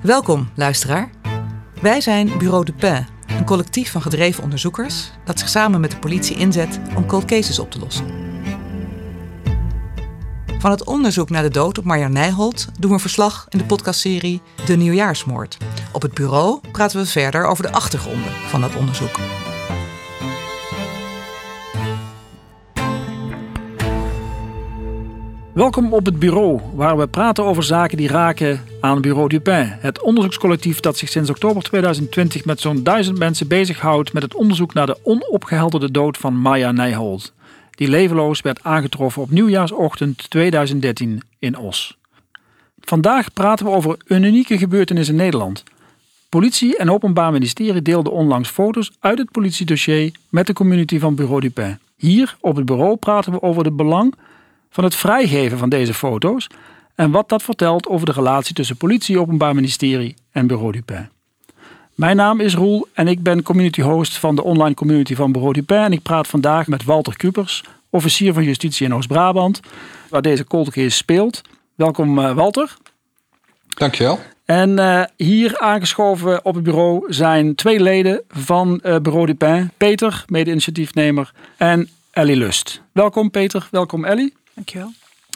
Welkom, luisteraar. Wij zijn Bureau Dupin, een collectief van gedreven onderzoekers dat zich samen met de politie inzet om cold cases op te lossen. Van het onderzoek naar de dood op Marja Nijholt doen we verslag in de podcastserie De Nieuwjaarsmoord. Op het bureau praten we verder over de achtergronden van dat onderzoek. Welkom op het bureau, waar we praten over zaken die raken aan Bureau Dupin. Het onderzoekscollectief dat zich sinds oktober 2020 met zo'n 1000 mensen bezighoudt met het onderzoek naar de onopgehelderde dood van Marja Nijholt, die levenloos werd aangetroffen op nieuwjaarsochtend 2013 in Os. Vandaag praten we over een unieke gebeurtenis in Nederland. Politie en Openbaar Ministerie deelden onlangs foto's uit het politiedossier met de community van Bureau Dupin. Hier op het bureau praten we over het belang van het vrijgeven van deze foto's en wat dat vertelt over de relatie tussen politie, Openbaar Ministerie en Bureau Dupin. Mijn naam is Roel en ik ben community host van de online community van Bureau Dupin en ik praat vandaag met Walter Kupers, officier van justitie in Oost-Brabant, waar deze cold case speelt. Welkom Walter. Dankjewel. En hier aangeschoven op het bureau zijn twee leden van Bureau Dupin. Peter, mede-initiatiefnemer, en Ellie Lust. Welkom Peter, welkom Ellie. Dankjewel.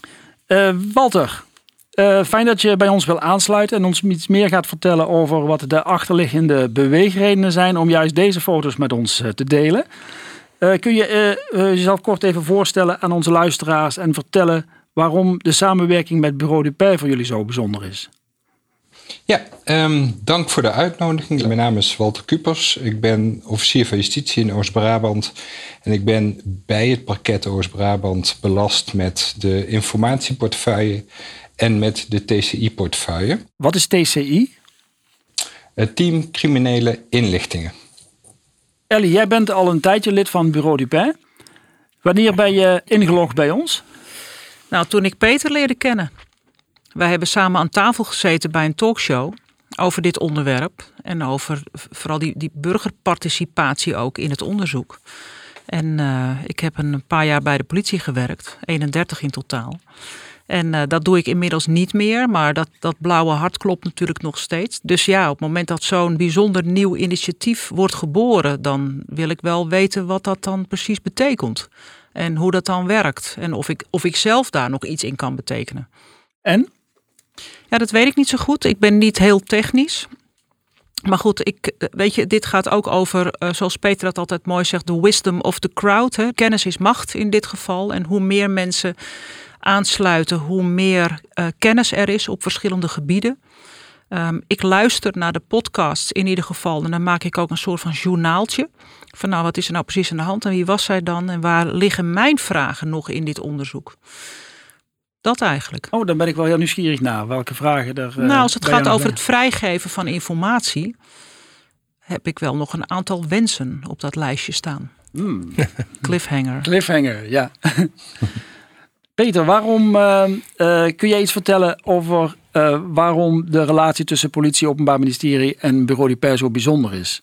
Walter, fijn dat je bij ons wil aansluiten en ons iets meer gaat vertellen over wat de achterliggende beweegredenen zijn om juist deze foto's met ons te delen. Kun je jezelf kort even voorstellen aan onze luisteraars en vertellen waarom de samenwerking met Bureau Dupin voor jullie zo bijzonder is? Ja, dank voor de uitnodiging. Mijn naam is Walter Kupers. Ik ben officier van justitie in Oost-Brabant. En ik ben bij het parket Oost-Brabant belast met de informatieportefeuille en met de TCI-portefeuille. Wat is TCI? Het team Criminele Inlichtingen. Ellie, jij bent al een tijdje lid van Bureau Dupin. Wanneer ben je ingelogd bij ons? Nou, toen ik Peter leerde kennen. Wij hebben samen aan tafel gezeten bij een talkshow over dit onderwerp. En over vooral die burgerparticipatie ook in het onderzoek. En ik heb een paar jaar bij de politie gewerkt. 31 in totaal. En dat doe ik inmiddels niet meer. Maar dat blauwe hart klopt natuurlijk nog steeds. Dus ja, op het moment dat zo'n bijzonder nieuw initiatief wordt geboren, dan wil ik wel weten wat dat dan precies betekent. En hoe dat dan werkt. En of ik zelf daar nog iets in kan betekenen. En? Ja, dat weet ik niet zo goed. Ik ben niet heel technisch. Maar goed, weet je, dit gaat ook over, zoals Peter dat altijd mooi zegt, the wisdom of the crowd. Hè. Kennis is macht in dit geval. En hoe meer mensen aansluiten, hoe meer kennis er is op verschillende gebieden. Ik luister naar de podcasts in ieder geval. En dan maak ik ook een soort van journaaltje. Van nou, wat is er nou precies aan de hand? En wie was zij dan? En waar liggen mijn vragen nog in dit onderzoek? Dat eigenlijk. Oh, dan ben ik wel heel nieuwsgierig naar welke vragen er. Nou, als het gaat over het vrijgeven van informatie, heb ik wel nog een aantal wensen op dat lijstje staan. Cliffhanger. Cliffhanger, ja. Peter, waarom kun jij iets vertellen over waarom de relatie tussen politie, Openbaar Ministerie en Bureau Dupin zo bijzonder is?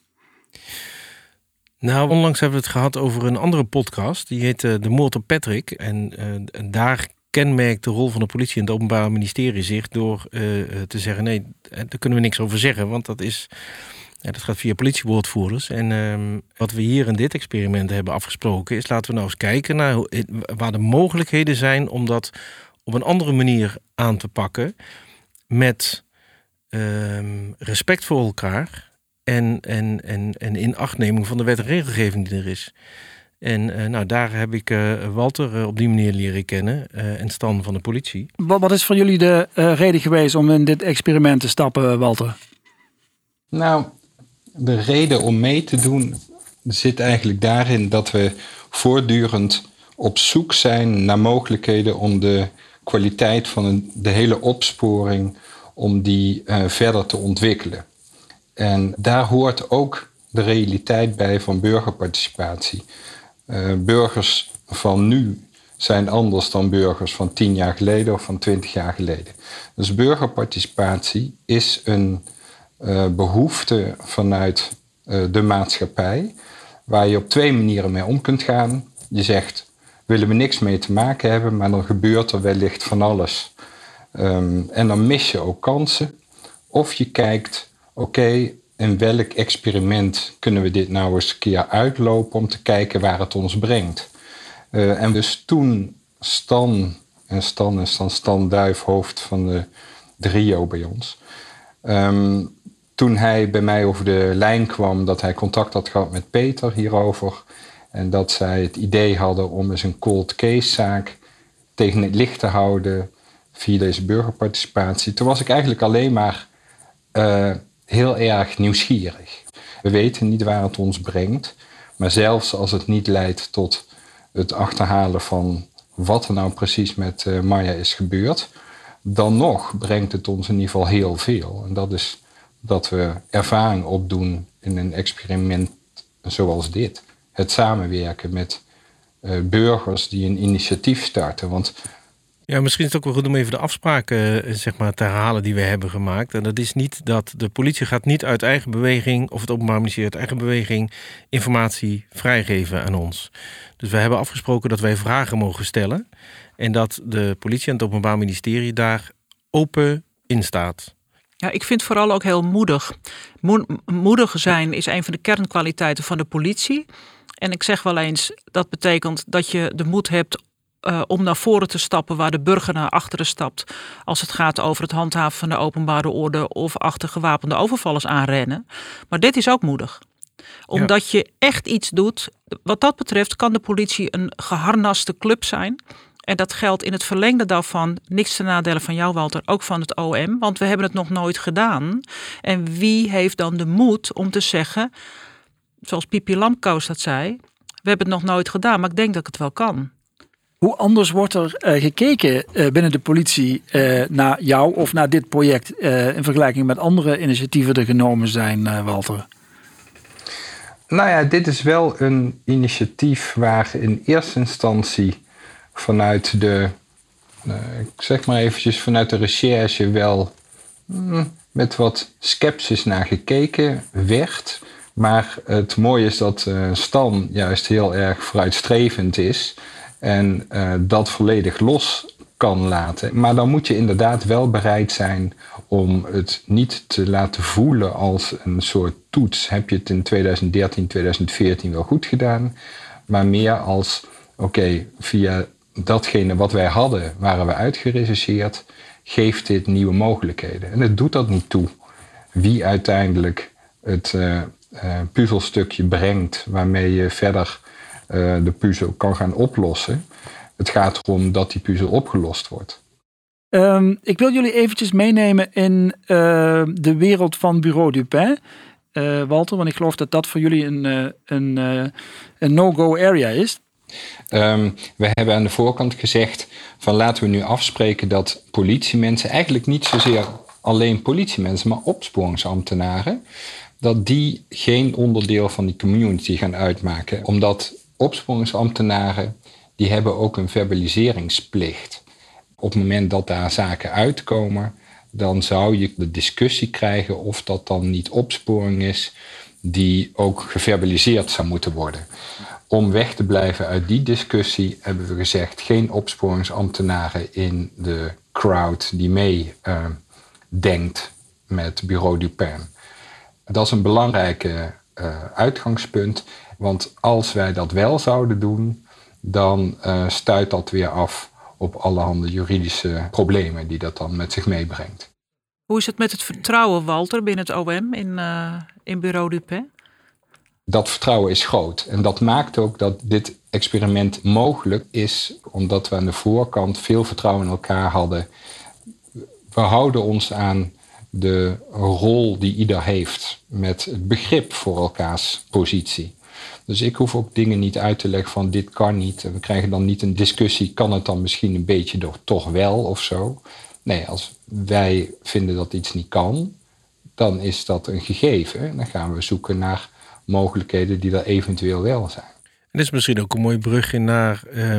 Nou, onlangs hebben we het gehad over een andere podcast. Die heet De Moord op Patrick. En daar kenmerkt de rol van de politie en het Openbaar Ministerie zich door te zeggen, nee, daar kunnen we niks over zeggen, want dat gaat via politiewoordvoerders. En wat we hier in dit experiment hebben afgesproken is, laten we nou eens kijken naar waar de mogelijkheden zijn om dat op een andere manier aan te pakken met respect voor elkaar en inachtneming van de wet en regelgeving die er is. En daar heb ik Walter op die manier leren kennen en Stan van de politie. Wat is voor jullie de reden geweest om in dit experiment te stappen, Walter? Nou, de reden om mee te doen zit eigenlijk daarin dat we voortdurend op zoek zijn naar mogelijkheden om de kwaliteit van de hele opsporing, om die verder te ontwikkelen. En daar hoort ook de realiteit bij van burgerparticipatie. Burgers van nu zijn anders dan burgers van 10 jaar geleden of van 20 jaar geleden. Dus burgerparticipatie is een behoefte vanuit de maatschappij, waar je op 2 manieren mee om kunt gaan. Je zegt, willen we niks mee te maken hebben, maar dan gebeurt er wellicht van alles. En dan mis je ook kansen Of je kijkt, oké, in welk experiment kunnen we dit nou eens een keer uitlopen om te kijken waar het ons brengt. En dus toen Stan Duif, hoofd van de RIO bij ons. Toen hij bij mij over de lijn kwam, dat hij contact had gehad met Peter hierover. En dat zij het idee hadden om eens een cold case zaak tegen het licht te houden via deze burgerparticipatie. Toen was ik eigenlijk alleen maar heel erg nieuwsgierig. We weten niet waar het ons brengt. Maar zelfs als het niet leidt tot het achterhalen van wat er nou precies met Marja is gebeurd, dan nog brengt het ons in ieder geval heel veel. En dat is dat we ervaring opdoen in een experiment zoals dit. Het samenwerken met burgers die een initiatief starten. Want ja, misschien is het ook wel goed om even de afspraken te herhalen die we hebben gemaakt. En dat is niet dat de politie gaat niet uit eigen beweging, of het Openbaar Ministerie uit eigen beweging, informatie vrijgeven aan ons. Dus we hebben afgesproken dat wij vragen mogen stellen. En dat de politie en het Openbaar Ministerie daar open in staat. Ja, ik vind vooral ook heel moedig. Moedig zijn is een van de kernkwaliteiten van de politie. En ik zeg wel eens, dat betekent dat je de moed hebt om naar voren te stappen waar de burger naar achteren stapt. Als het gaat over het handhaven van de openbare orde of achter gewapende overvallers aanrennen. Maar dit is ook moedig. Omdat je echt iets doet. Wat dat betreft kan de politie een geharnaste club zijn. En dat geldt in het verlengde daarvan, niks ten nadele van jou, Walter, ook van het OM. Want we hebben het nog nooit gedaan. En wie heeft dan de moed om te zeggen, zoals Pipi Lamkous dat zei, we hebben het nog nooit gedaan, maar ik denk dat ik het wel kan. Hoe anders wordt er gekeken binnen de politie naar jou of naar dit project in vergelijking met andere initiatieven die er genomen zijn, Walter? Nou ja, dit is wel een initiatief waar in eerste instantie vanuit de, ik zeg maar eventjes vanuit de recherche wel met wat sceptisch naar gekeken werd. Maar het mooie is dat Stan juist heel erg vooruitstrevend is en dat volledig los kan laten. Maar dan moet je inderdaad wel bereid zijn om het niet te laten voelen als een soort toets. Heb je het in 2013, 2014 wel goed gedaan, maar meer als oké, via datgene wat wij hadden, waren we uitgerecenseerd, geeft dit nieuwe mogelijkheden. En het doet dat niet toe wie uiteindelijk het puzzelstukje brengt waarmee je verder de puzzel kan gaan oplossen. Het gaat erom dat die puzzel opgelost wordt. Ik wil jullie eventjes meenemen in de wereld van Bureau Dupin. Walter, want ik geloof dat dat voor jullie een no-go area is. We hebben aan de voorkant gezegd van laten we nu afspreken dat politiemensen, eigenlijk niet zozeer alleen politiemensen, maar opsporingsambtenaren, dat die geen onderdeel van die community gaan uitmaken. Omdat opsporingsambtenaren, die hebben ook een verbaliseringsplicht. Op het moment dat daar zaken uitkomen, dan zou je de discussie krijgen of dat dan niet opsporing is die ook geverbaliseerd zou moeten worden. Om weg te blijven uit die discussie hebben we gezegd geen opsporingsambtenaren in de crowd die mee denkt met Bureau Dupin. Dat is een belangrijke uitgangspunt, want als wij dat wel zouden doen, dan stuit dat weer af op allerhande juridische problemen die dat dan met zich meebrengt. Hoe is het met het vertrouwen, Walter, binnen het OM in Bureau Dupin? Dat vertrouwen is groot. En dat maakt ook dat dit experiment mogelijk is, omdat we aan de voorkant veel vertrouwen in elkaar hadden. We houden ons aan de rol die ieder heeft met het begrip voor elkaars positie. Dus ik hoef ook dingen niet uit te leggen van dit kan niet. En we krijgen dan niet een discussie, kan het dan misschien een beetje toch wel of zo. Nee, als wij vinden dat iets niet kan, dan is dat een gegeven. Dan gaan we zoeken naar mogelijkheden die er eventueel wel zijn. Dit is misschien ook een mooi brugje naar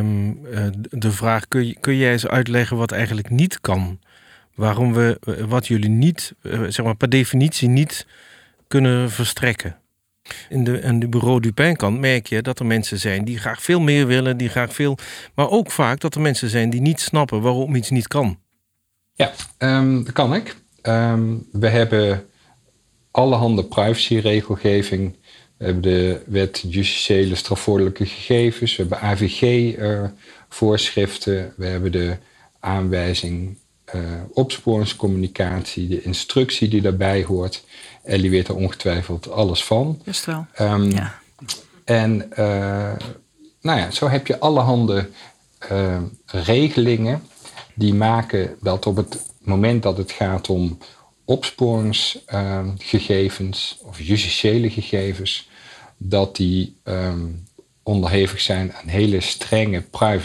de vraag, kun jij eens uitleggen wat eigenlijk niet kan? Waarom we wat jullie niet, zeg maar per definitie niet kunnen verstrekken. In de Bureau Dupin kant merk je dat er mensen zijn die graag veel meer willen, maar ook vaak dat er mensen zijn die niet snappen waarom iets niet kan. Ja, dat kan ik. We hebben allerhande privacyregelgeving. We hebben de wet justitiële strafvordelijke gegevens. We hebben AVG-voorschriften. We hebben de aanwijzing opsporingscommunicatie, de instructie die daarbij hoort. Ellie weet er ongetwijfeld alles van. Best wel, ja. En zo heb je allerhande regelingen die maken dat op het moment dat het gaat om opsporingsgegevens of justitiële gegevens, dat die onderhevig zijn aan hele strenge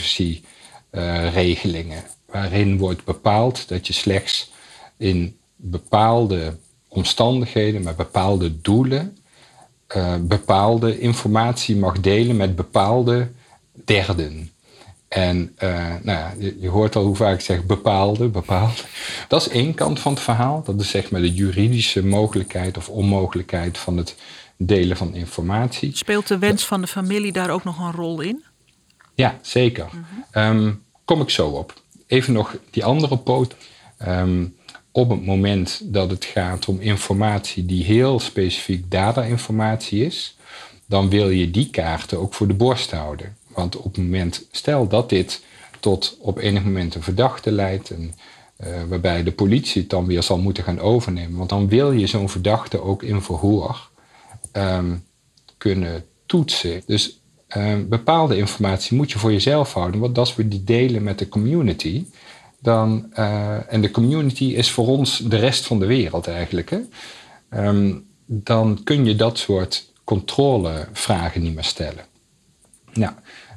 privacyregelingen. Waarin wordt bepaald dat je slechts in bepaalde omstandigheden, met bepaalde doelen, bepaalde informatie mag delen met bepaalde derden. En je hoort al hoe vaak ik zeg bepaalde. Dat is één kant van het verhaal. Dat is zeg maar de juridische mogelijkheid of onmogelijkheid van het delen van informatie. Speelt de wens van de familie daar ook nog een rol in? Ja, zeker. Kom ik zo op. Even nog die andere poot. Op het moment dat het gaat om informatie die heel specifiek data-informatie is, dan wil je die kaarten ook voor de borst houden. Want op het moment, stel dat dit tot op enig moment een verdachte leidt, en, waarbij de politie het dan weer zal moeten gaan overnemen, want dan wil je zo'n verdachte ook in verhoor kunnen toetsen. Dus bepaalde informatie moet je voor jezelf houden, want als we die delen met de community, en de community is voor ons de rest van de wereld eigenlijk, hè? Dan kun je dat soort controlevragen niet meer stellen. Nou,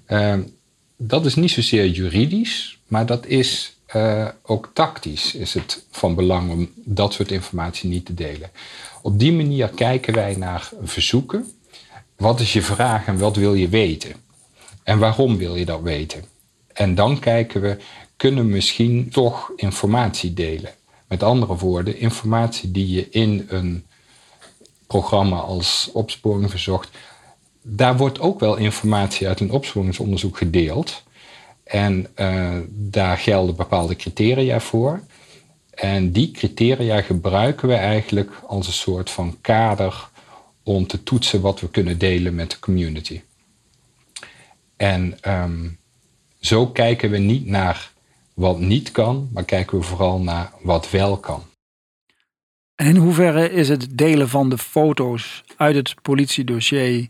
dat is niet zozeer juridisch, maar dat is ook tactisch is het van belang om dat soort informatie niet te delen. Op die manier kijken wij naar verzoeken. Wat is je vraag en wat wil je weten? En waarom wil je dat weten? En dan kijken we, kunnen we misschien toch informatie delen? Met andere woorden, informatie die je in een programma als Opsporing Verzocht, daar wordt ook wel informatie uit een opsporingsonderzoek gedeeld. En daar gelden bepaalde criteria voor. En die criteria gebruiken we eigenlijk als een soort van kader om te toetsen wat we kunnen delen met de community. En zo kijken we niet naar wat niet kan, maar kijken we vooral naar wat wel kan. En in hoeverre is het delen van de foto's uit het politiedossier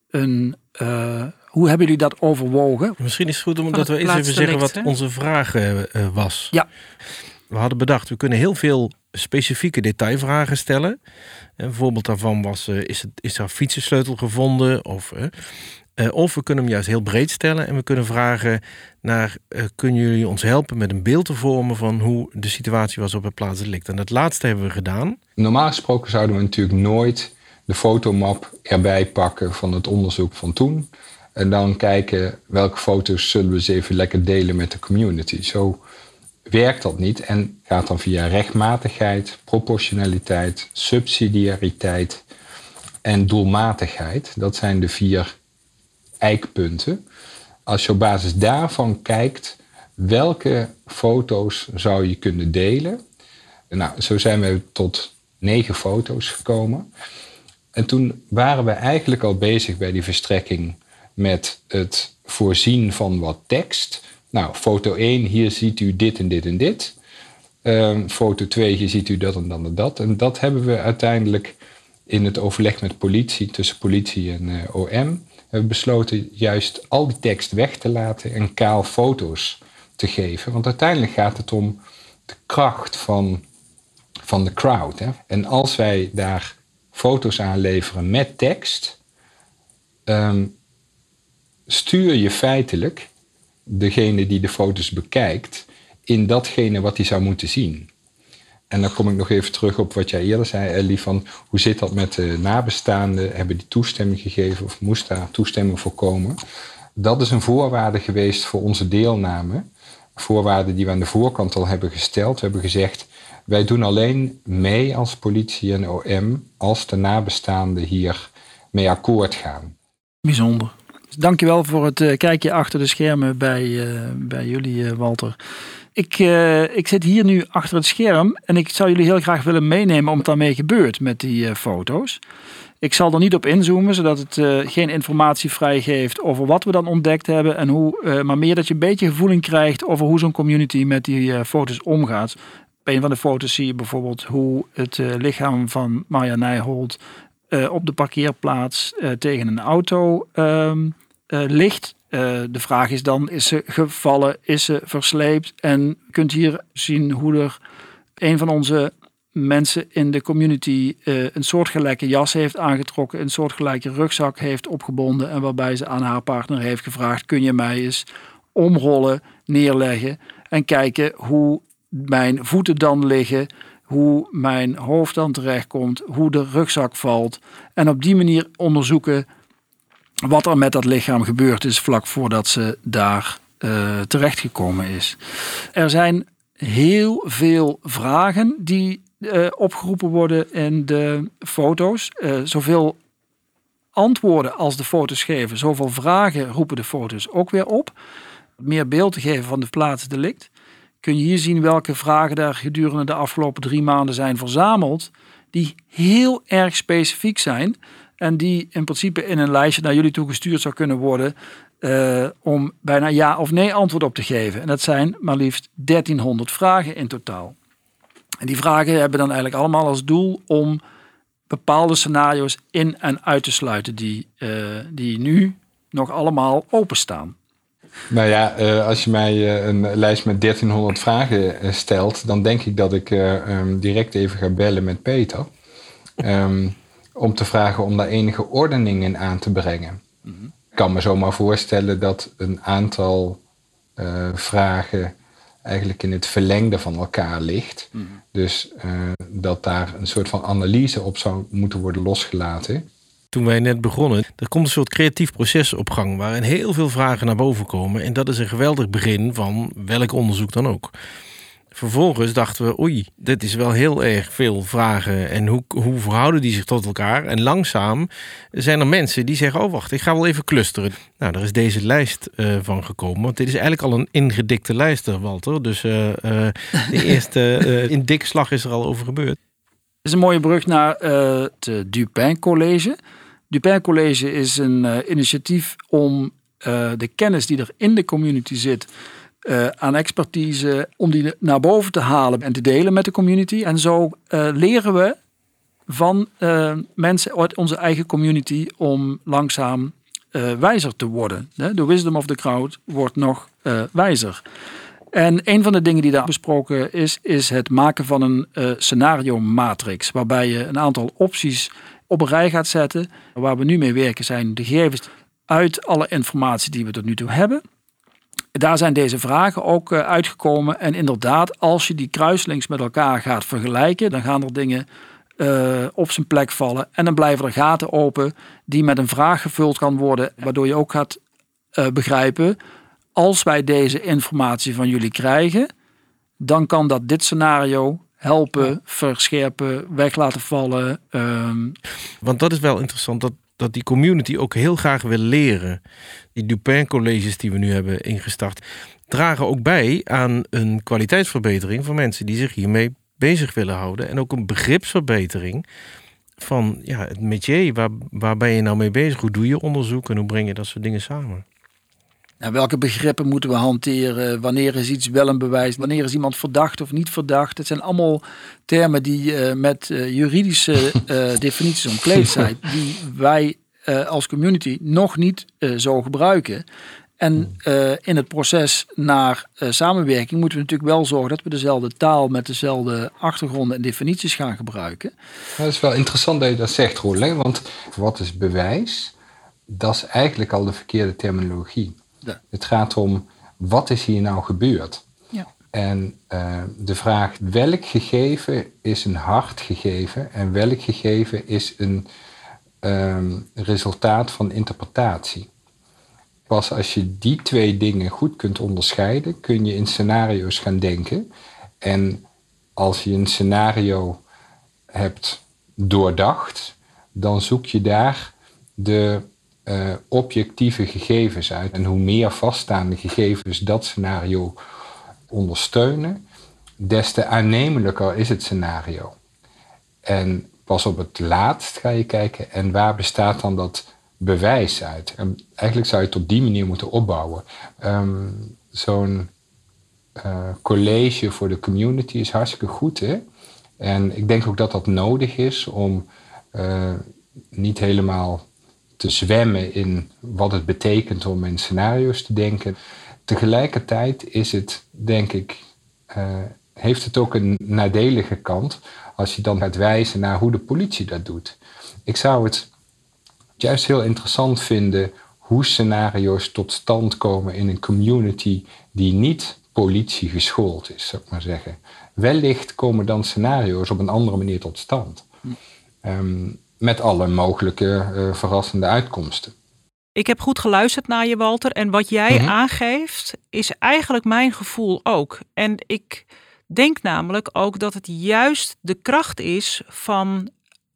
hoe hebben jullie dat overwogen? Misschien is het goed omdat we eens even zeggen wat onze vraag was. Ja. We hadden bedacht, we kunnen heel veel specifieke detailvragen stellen. Een voorbeeld daarvan was, is er fietsensleutel gevonden? Of we kunnen hem juist heel breed stellen en we kunnen vragen naar, kunnen jullie ons helpen met een beeld te vormen van hoe de situatie was op het plaatsdelict? En dat laatste hebben we gedaan. Normaal gesproken zouden we natuurlijk nooit de fotomap erbij pakken van het onderzoek van toen. En dan kijken welke foto's zullen we eens even lekker delen met de community. Zo werkt dat niet en gaat dan via rechtmatigheid, proportionaliteit, subsidiariteit en doelmatigheid. Dat zijn de 4 eikpunten. Als je op basis daarvan kijkt, welke foto's zou je kunnen delen? Nou, zo zijn we tot 9 foto's gekomen. En toen waren we eigenlijk al bezig bij die verstrekking met het voorzien van wat tekst. Nou, foto 1, hier ziet u dit en dit en dit. Foto 2, hier ziet u dat en dan en dat. En dat hebben we uiteindelijk in het overleg met politie, tussen politie en OM, hebben we besloten juist al die tekst weg te laten en kaal foto's te geven. Want uiteindelijk gaat het om de kracht van de crowd. Hè? En als wij daar foto's aanleveren met tekst, stuur je feitelijk degene die de foto's bekijkt in datgene wat hij zou moeten zien. En dan kom ik nog even terug op wat jij eerder zei, Ellie, van hoe zit dat met de nabestaanden? Hebben die toestemming gegeven of moest daar toestemming voor komen? Dat is een voorwaarde geweest voor onze deelname. Voorwaarden die we aan de voorkant al hebben gesteld. We hebben gezegd, wij doen alleen mee als politie en OM als de nabestaanden hier mee akkoord gaan. Bijzonder. Dankjewel voor het kijkje achter de schermen bij jullie, Walter. Ik zit hier nu achter het scherm en ik zou jullie heel graag willen meenemen om wat daarmee gebeurt met die foto's. Ik zal er niet op inzoomen, zodat het geen informatie vrijgeeft over wat we dan ontdekt hebben en hoe, maar meer dat je een beetje gevoeling krijgt over hoe zo'n community met die foto's omgaat. Op een van de foto's zie je bijvoorbeeld hoe het lichaam van Marja Nijholt op de parkeerplaats tegen een auto ligt. De vraag is dan, is ze gevallen, is ze versleept? En je kunt hier zien hoe er een van onze mensen in de community een soortgelijke jas heeft aangetrokken, een soortgelijke rugzak heeft opgebonden en waarbij ze aan haar partner heeft gevraagd, kun je mij eens omrollen, neerleggen en kijken hoe mijn voeten dan liggen, hoe mijn hoofd dan terechtkomt, hoe de rugzak valt en op die manier onderzoeken wat er met dat lichaam gebeurd is vlak voordat ze daar terechtgekomen is. Er zijn heel veel vragen die opgeroepen worden in de foto's. Zoveel antwoorden als de foto's geven, zoveel vragen roepen de foto's ook weer op. Meer beeld te geven van de plaatsdelict. Kun je hier zien welke vragen daar gedurende de afgelopen 3 maanden zijn verzameld, die heel erg specifiek zijn en die in principe in een lijstje naar jullie toe gestuurd zou kunnen worden om bijna ja of nee antwoord op te geven. En dat zijn maar liefst 1300 vragen in totaal. En die vragen hebben dan eigenlijk allemaal als doel om bepaalde scenario's in en uit te sluiten die nu nog allemaal openstaan. Nou ja, als je mij een lijst met 1300 vragen stelt, dan denk ik dat ik direct even ga bellen met Peter. Om te vragen om daar enige ordening in aan te brengen. Mm-hmm. Ik kan me zomaar voorstellen dat een aantal vragen eigenlijk in het verlengde van elkaar ligt. Mm-hmm. Dus dat daar een soort van analyse op zou moeten worden losgelaten. Toen wij net begonnen, er komt een soort creatief proces op gang waarin heel veel vragen naar boven komen. En dat is een geweldig begin van welk onderzoek dan ook. Vervolgens dachten we, oei, dit is wel heel erg veel vragen. En hoe verhouden die zich tot elkaar? En langzaam zijn er mensen die zeggen, oh wacht, ik ga wel even clusteren. Nou, daar is deze lijst van gekomen. Want dit is eigenlijk al een ingedikte lijst, Walter. Dus de eerste indikslag is er al over gebeurd. Het is een mooie brug naar het Dupin College. Dupin College is een initiatief om de kennis die er in de community zit aan expertise, om die naar boven te halen en te delen met de community. En zo leren we van mensen uit onze eigen community om langzaam wijzer te worden. De wisdom of the crowd wordt nog wijzer. En een van de dingen die daar besproken is het maken van een scenario-matrix, waarbij je een aantal opties op een rij gaat zetten. Waar we nu mee werken zijn de gegevens uit alle informatie die we tot nu toe hebben. Daar zijn deze vragen ook uitgekomen. En inderdaad, als je die kruislinks met elkaar gaat vergelijken, dan gaan er dingen op zijn plek vallen. En dan blijven er gaten open die met een vraag gevuld kan worden, waardoor je ook gaat begrijpen, als wij deze informatie van jullie krijgen, dan kan dat dit scenario helpen, verscherpen, weg laten vallen. Want dat is wel interessant, dat die community ook heel graag wil leren. Die Dupin colleges die we nu hebben ingestart, dragen ook bij aan een kwaliteitsverbetering van mensen die zich hiermee bezig willen houden. En ook een begripsverbetering van het métier. Waar ben je nou mee bezig? Hoe doe je onderzoek en hoe breng je dat soort dingen samen? Nou, welke begrippen moeten we hanteren? Wanneer is iets wel een bewijs? Wanneer is iemand verdacht of niet verdacht? Het zijn allemaal termen die met juridische definities omkleed zijn, die wij als community nog niet zo gebruiken. En in het proces naar samenwerking moeten we natuurlijk wel zorgen dat we dezelfde taal met dezelfde achtergronden en definities gaan gebruiken. Dat is wel interessant dat je dat zegt, Roel, hè? Want wat is bewijs? Dat is eigenlijk al de verkeerde terminologie. Ja. Het gaat om, wat is hier nou gebeurd? Ja. En de vraag, welk gegeven is een hard gegeven en welk gegeven is een resultaat van interpretatie? Pas als je die 2 dingen goed kunt onderscheiden, kun je in scenario's gaan denken. En als je een scenario hebt doordacht, dan zoek je daar de objectieve gegevens uit. En hoe meer vaststaande gegevens dat scenario ondersteunen, des te aannemelijker is het scenario. En pas op het laatst ga je kijken, en waar bestaat dan dat bewijs uit? En eigenlijk zou je het op die manier moeten opbouwen. Zo'n college voor de community is hartstikke goed, hè? En ik denk ook dat dat nodig is om niet helemaal te zwemmen in wat het betekent om in scenario's te denken. Tegelijkertijd is het, denk ik, heeft het ook een nadelige kant als je dan gaat wijzen naar hoe de politie dat doet. Ik zou het juist heel interessant vinden hoe scenario's tot stand komen in een community die niet politie geschoold is, zou ik maar zeggen. Wellicht komen dan scenario's op een andere manier tot stand. Met alle mogelijke verrassende uitkomsten. Ik heb goed geluisterd naar je, Walter. En wat jij aangeeft, is eigenlijk mijn gevoel ook. En ik denk namelijk ook dat het juist de kracht is van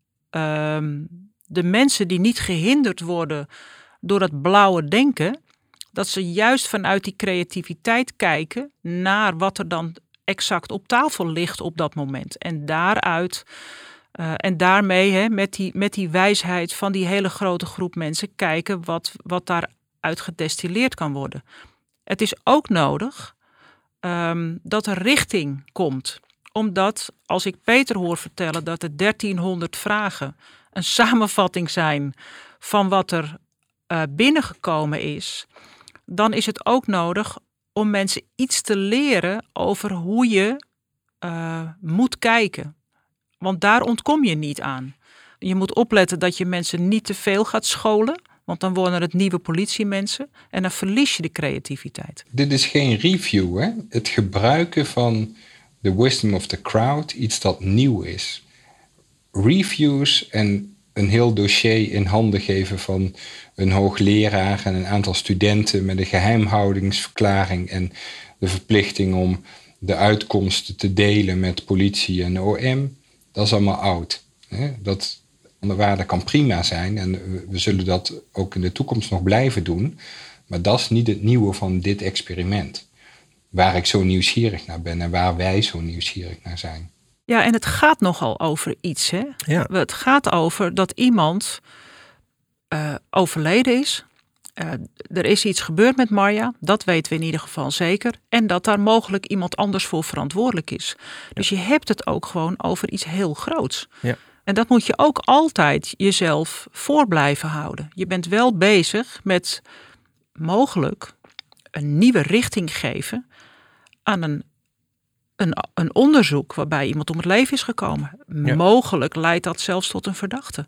de mensen die niet gehinderd worden door dat blauwe denken. Dat ze juist vanuit die creativiteit kijken naar wat er dan exact op tafel ligt op dat moment. En daaruit... en daarmee met die wijsheid van die hele grote groep mensen kijken wat daaruit gedestilleerd kan worden. Het is ook nodig dat er richting komt. Omdat als ik Peter hoor vertellen dat de 1300 vragen een samenvatting zijn van wat er binnengekomen is, dan is het ook nodig om mensen iets te leren over hoe je moet kijken. Want daar ontkom je niet aan. Je moet opletten dat je mensen niet te veel gaat scholen. Want dan worden het nieuwe politiemensen. En dan verlies je de creativiteit. Dit is geen review, hè? Het gebruiken van the wisdom of the crowd. Iets dat nieuw is. Reviews en een heel dossier in handen geven van een hoogleraar en een aantal studenten met een geheimhoudingsverklaring en de verplichting om de uitkomsten te delen met politie en OM. Dat is allemaal oud. Dat de waarde kan prima zijn en we zullen dat ook in de toekomst nog blijven doen. Maar dat is niet het nieuwe van dit experiment. Waar ik zo nieuwsgierig naar ben en waar wij zo nieuwsgierig naar zijn. Ja, en het gaat nogal over iets. Hè? Ja. Het gaat over dat iemand overleden is. Er is iets gebeurd met Marja, dat weten we in ieder geval zeker. En dat daar mogelijk iemand anders voor verantwoordelijk is. Dus je hebt het ook gewoon over iets heel groots. Ja. En dat moet je ook altijd jezelf voor blijven houden. Je bent wel bezig met mogelijk een nieuwe richting geven aan een onderzoek waarbij iemand om het leven is gekomen. Ja. Mogelijk leidt dat zelfs tot een verdachte.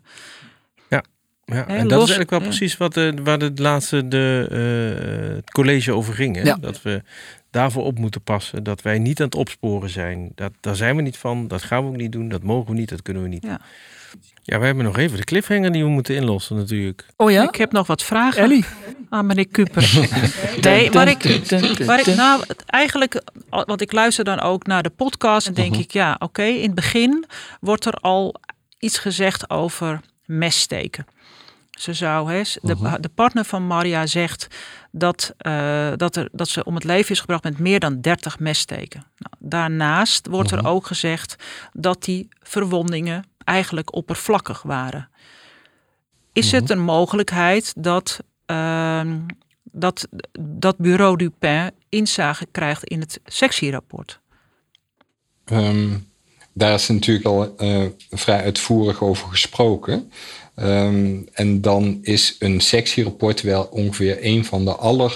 Ja, en dat is eigenlijk wel precies waar het laatste het college over ging. Hè? Ja. Dat we daarvoor op moeten passen. Dat wij niet aan het opsporen zijn. Daar zijn we niet van. Dat gaan we ook niet doen. Dat mogen we niet. Dat kunnen we niet. Ja, we hebben nog even de cliffhanger die we moeten inlossen natuurlijk. Oh ja? Ik heb nog wat vragen. Ellie? Aan meneer Kuper. Nee, eigenlijk, want ik luister dan ook naar de podcast en denk ik, oké, in het begin wordt er al iets gezegd over messteken. Ze zou, de partner van Marja zegt dat ze om het leven is gebracht met meer dan 30 messteken. Nou, daarnaast wordt er ook gezegd dat die verwondingen eigenlijk oppervlakkig waren. Is het een mogelijkheid dat Bureau Dupin inzage krijgt in het sectierapport? Daar is natuurlijk al vrij uitvoerig over gesproken. En dan is een sectierapport wel ongeveer een van de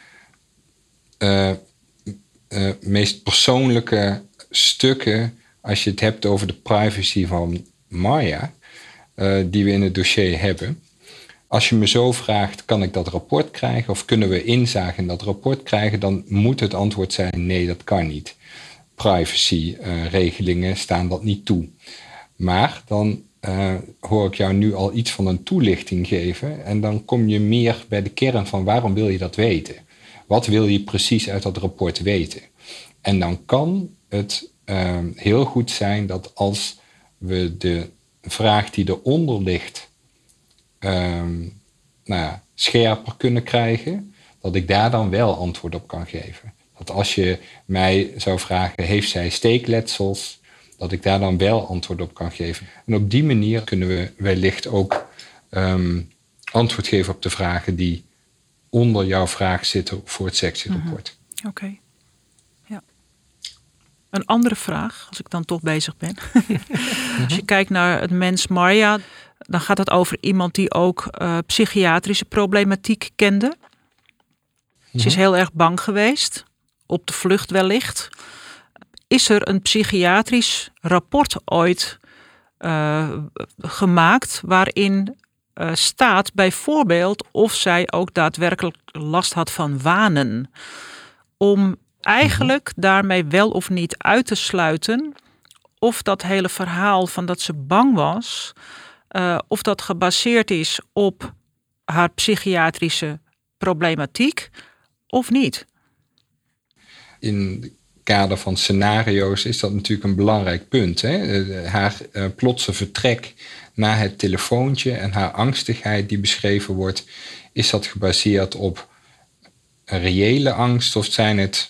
meest persoonlijke stukken als je het hebt over de privacy van Marja, die we in het dossier hebben. Als je me zo vraagt, kan ik dat rapport krijgen of kunnen we inzage in dat rapport krijgen, dan moet het antwoord zijn nee, dat kan niet. Privacyregelingen staan dat niet toe. Maar dan hoor ik jou nu al iets van een toelichting geven en dan kom je meer bij de kern van waarom wil je dat weten? Wat wil je precies uit dat rapport weten? En dan kan het heel goed zijn dat als we de vraag die eronder ligt scherper kunnen krijgen, dat ik daar dan wel antwoord op kan geven. Dat als je mij zou vragen, heeft zij steekletsels, dat ik daar dan wel antwoord op kan geven. En op die manier kunnen we wellicht ook antwoord geven op de vragen die onder jouw vraag zitten voor het sectierapport. Oké. Ja. Een andere vraag, als ik dan toch bezig ben. Als je kijkt naar het mens Marja, dan gaat het over iemand die ook psychiatrische problematiek kende. Ze is heel erg bang geweest, op de vlucht wellicht. Is er een psychiatrisch rapport ooit gemaakt waarin staat bijvoorbeeld of zij ook daadwerkelijk last had van wanen? Om eigenlijk daarmee wel of niet uit te sluiten of dat hele verhaal van dat ze bang was, of dat gebaseerd is op haar psychiatrische problematiek of niet. In het kader van scenario's is dat natuurlijk een belangrijk punt. Hè? Haar plotse vertrek na het telefoontje en haar angstigheid die beschreven wordt, is dat gebaseerd op een reële angst of zijn het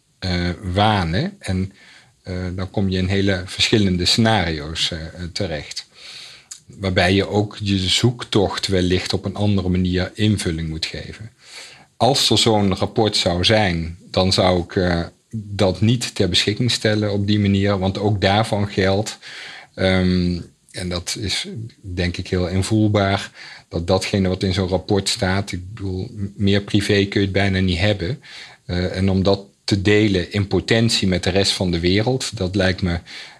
wanen? En dan kom je in hele verschillende scenario's terecht. Waarbij je ook je zoektocht wellicht op een andere manier invulling moet geven. Als er zo'n rapport zou zijn, dan zou ik dat niet ter beschikking stellen op die manier. Want ook daarvan geldt, en dat is denk ik heel invoelbaar, dat datgene wat in zo'n rapport staat, ik bedoel, meer privé kun je het bijna niet hebben. En om dat te delen in potentie met de rest van de wereld, dat lijkt me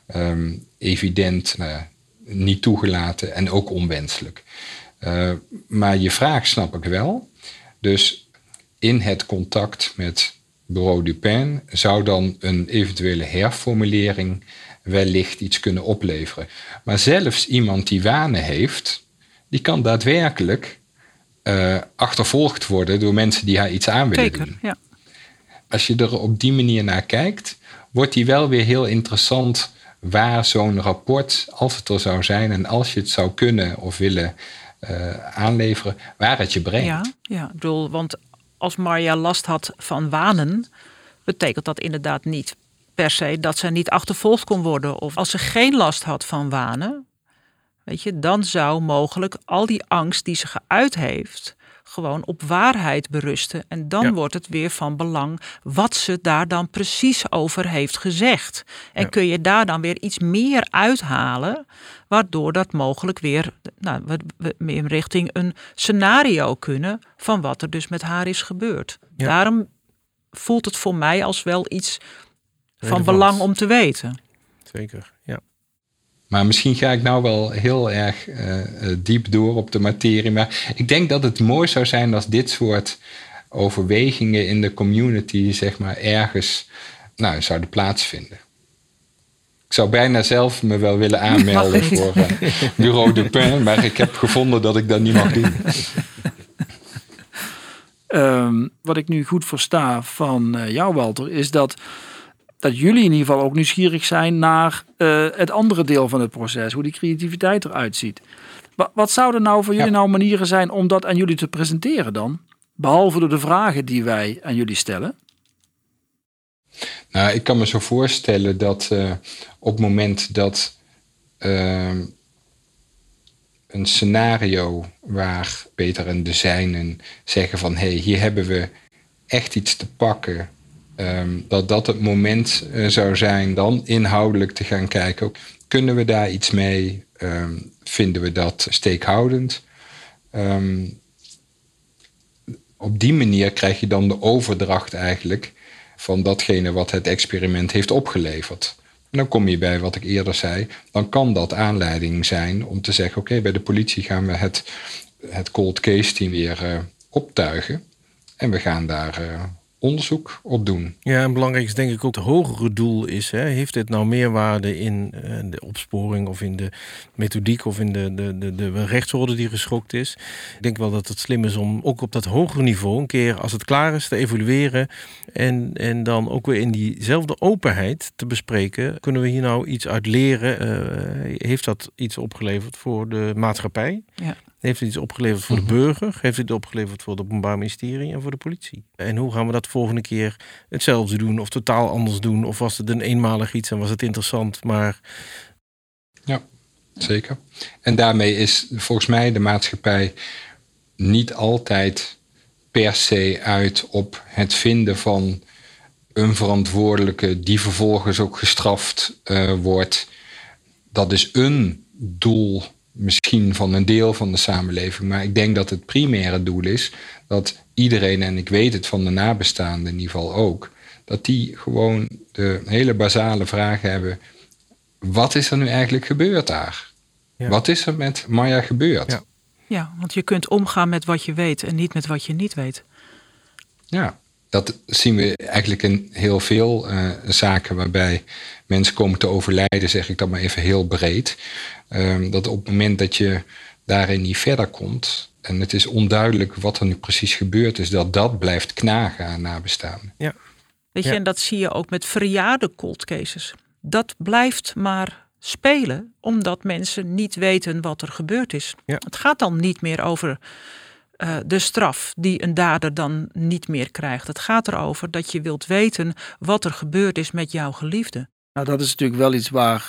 evident niet toegelaten en ook onwenselijk. Maar je vraag snap ik wel. Dus in het contact met Bureau Dupin zou dan een eventuele herformulering wellicht iets kunnen opleveren. Maar zelfs iemand die wanen heeft, die kan daadwerkelijk achtervolgd worden door mensen die haar iets aan willen doen. Ja. Als je er op die manier naar kijkt, wordt die wel weer heel interessant waar zo'n rapport, als het er zou zijn en als je het zou kunnen of willen aanleveren, waar het je brengt. Ja, ik bedoel, want als Marja last had van wanen, betekent dat inderdaad niet per se dat ze niet achtervolgd kon worden. Of als ze geen last had van wanen, weet je, dan zou mogelijk al die angst die ze geuit heeft gewoon op waarheid berusten. En dan wordt het weer van belang wat ze daar dan precies over heeft gezegd. En kun je daar dan weer iets meer uithalen, waardoor dat mogelijk weer we meer richting een scenario kunnen van wat er dus met haar is gebeurd. Ja. Daarom voelt het voor mij als wel iets van belang om te weten. Zeker, ja. Maar misschien ga ik nou wel heel erg diep door op de materie. Maar ik denk dat het mooi zou zijn als dit soort overwegingen in de community zeg maar ergens zouden plaatsvinden. Ik zou bijna zelf me wel willen aanmelden voor Bureau Dupin, maar ik heb gevonden dat ik dat niet mag doen. Wat ik nu goed versta van jou, Walter, is dat jullie in ieder geval ook nieuwsgierig zijn naar het andere deel van het proces, hoe die creativiteit eruit ziet. Wat zouden nou voor jullie nou manieren zijn om dat aan jullie te presenteren dan? Behalve door de vragen die wij aan jullie stellen. Nou, ik kan me zo voorstellen dat op het moment dat een scenario waar Peter en de zijnen zeggen van hier hebben we echt iets te pakken, dat het moment zou zijn dan inhoudelijk te gaan kijken, kunnen we daar iets mee? Vinden we dat steekhoudend? Op die manier krijg je dan de overdracht eigenlijk van datgene wat het experiment heeft opgeleverd. En dan kom je bij wat ik eerder zei, dan kan dat aanleiding zijn om te zeggen, oké, bij de politie gaan we het cold case team weer optuigen en we gaan daar onderzoek op doen. Ja, en belangrijk is denk ik ook het hogere doel is, heeft dit nou meerwaarde in de opsporing of in de methodiek of in de rechtsorde die geschokt is. Ik denk wel dat het slim is om ook op dat hogere niveau een keer als het klaar is te evalueren en dan ook weer in diezelfde openheid te bespreken. Kunnen we hier nou iets uit leren? Heeft dat iets opgeleverd voor de maatschappij? Ja. Heeft het iets opgeleverd voor de burger? Heeft het opgeleverd voor het Openbaar Ministerie en voor de politie? En hoe gaan we dat volgende keer hetzelfde doen of totaal anders doen? Of was het een eenmalig iets en was het interessant, maar... Ja, zeker. En daarmee is volgens mij de maatschappij niet altijd per se uit op het vinden van een verantwoordelijke die vervolgens ook gestraft wordt. Dat is een doel misschien van een deel van de samenleving. Maar ik denk dat het primaire doel is dat iedereen, en ik weet het van de nabestaanden in ieder geval ook, dat die gewoon de hele basale vragen hebben. Wat is er nu eigenlijk gebeurd daar? Ja. Wat is er met Maya gebeurd? Ja, want je kunt omgaan met wat je weet en niet met wat je niet weet. Ja. Dat zien we eigenlijk in heel veel zaken waarbij mensen komen te overlijden, zeg ik dat maar even heel breed. Dat op het moment dat je daarin niet verder komt en het is onduidelijk wat er nu precies gebeurd is, dat blijft knagen aan nabestaanden. Ja. Weet je, en dat zie je ook met verjaarde cold cases. Dat blijft maar spelen omdat mensen niet weten wat er gebeurd is. Ja. Het gaat dan niet meer over de straf die een dader dan niet meer krijgt. Het gaat erover dat je wilt weten wat er gebeurd is met jouw geliefde. Nou, dat is natuurlijk wel iets waar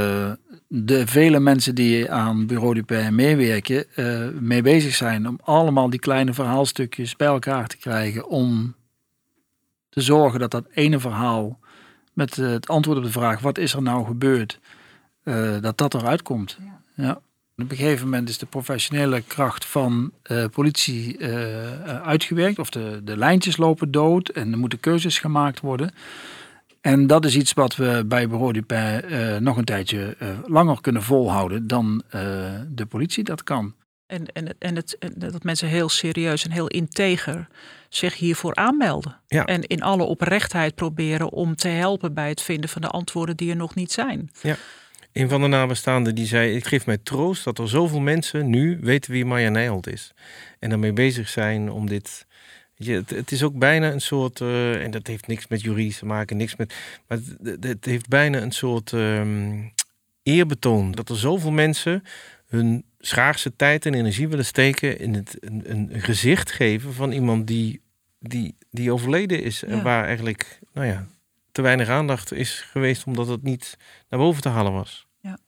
de vele mensen die aan Bureau Dupin meewerken mee bezig zijn om allemaal die kleine verhaalstukjes bij elkaar te krijgen om te zorgen dat dat ene verhaal met het antwoord op de vraag wat is er nou gebeurd, dat eruit komt. Ja. Op een gegeven moment is de professionele kracht van politie uitgewerkt. Of de lijntjes lopen dood en er moeten keuzes gemaakt worden. En dat is iets wat we bij Bureau Dupin nog een tijdje langer kunnen volhouden dan de politie dat kan. En dat mensen heel serieus en heel integer zich hiervoor aanmelden. Ja. En in alle oprechtheid proberen om te helpen bij het vinden van de antwoorden die er nog niet zijn. Ja. Een van de nabestaanden die zei, ik geef mij troost dat er zoveel mensen nu weten wie Maya Nijholt is. En daarmee bezig zijn om dit... Het is ook bijna een soort, en dat heeft niks met juridisch te maken, niks met... Maar het heeft bijna een soort eerbetoon. Dat er zoveel mensen hun schaarse tijd en energie willen steken in het een gezicht geven van iemand die overleden is. Ja. En waar eigenlijk, te weinig aandacht is geweest omdat het niet naar boven te halen was.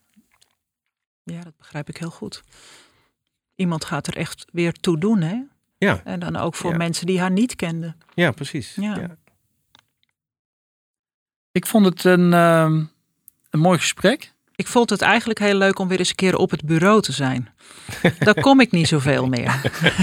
Ja, dat begrijp ik heel goed. Iemand gaat er echt weer toe doen, hè? Ja. En dan ook voor mensen die haar niet kenden. Ja, precies. Ja. Ik vond het een mooi gesprek. Ik vond het eigenlijk heel leuk om weer eens een keer op het bureau te zijn. Daar kom ik niet zoveel meer.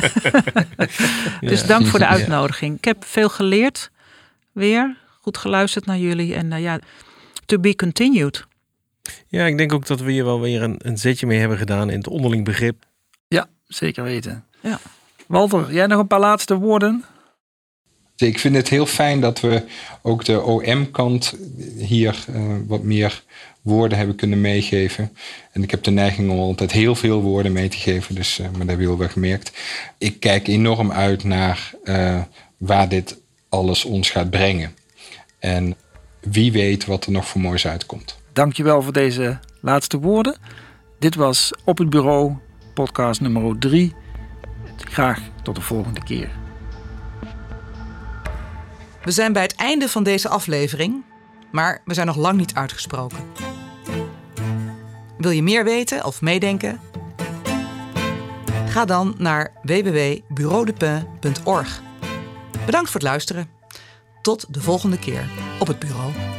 Dus dank voor de uitnodiging. Ik heb veel geleerd. Weer goed geluisterd naar jullie. En to be continued. Ja, ik denk ook dat we hier wel weer een zetje mee hebben gedaan in het onderling begrip. Ja, zeker weten. Ja. Walter, jij nog een paar laatste woorden? Ik vind het heel fijn dat we ook de OM-kant hier wat meer woorden hebben kunnen meegeven. En ik heb de neiging om altijd heel veel woorden mee te geven, dus, maar dat hebben we wel gemerkt. Ik kijk enorm uit naar waar dit alles ons gaat brengen. En wie weet wat er nog voor moois uitkomt. Dankjewel voor deze laatste woorden. Dit was Op het Bureau, podcast nummer 3. Graag tot de volgende keer. We zijn bij het einde van deze aflevering, maar we zijn nog lang niet uitgesproken. Wil je meer weten of meedenken? Ga dan naar www.bureaudupin.org. Bedankt voor het luisteren. Tot de volgende keer op het bureau.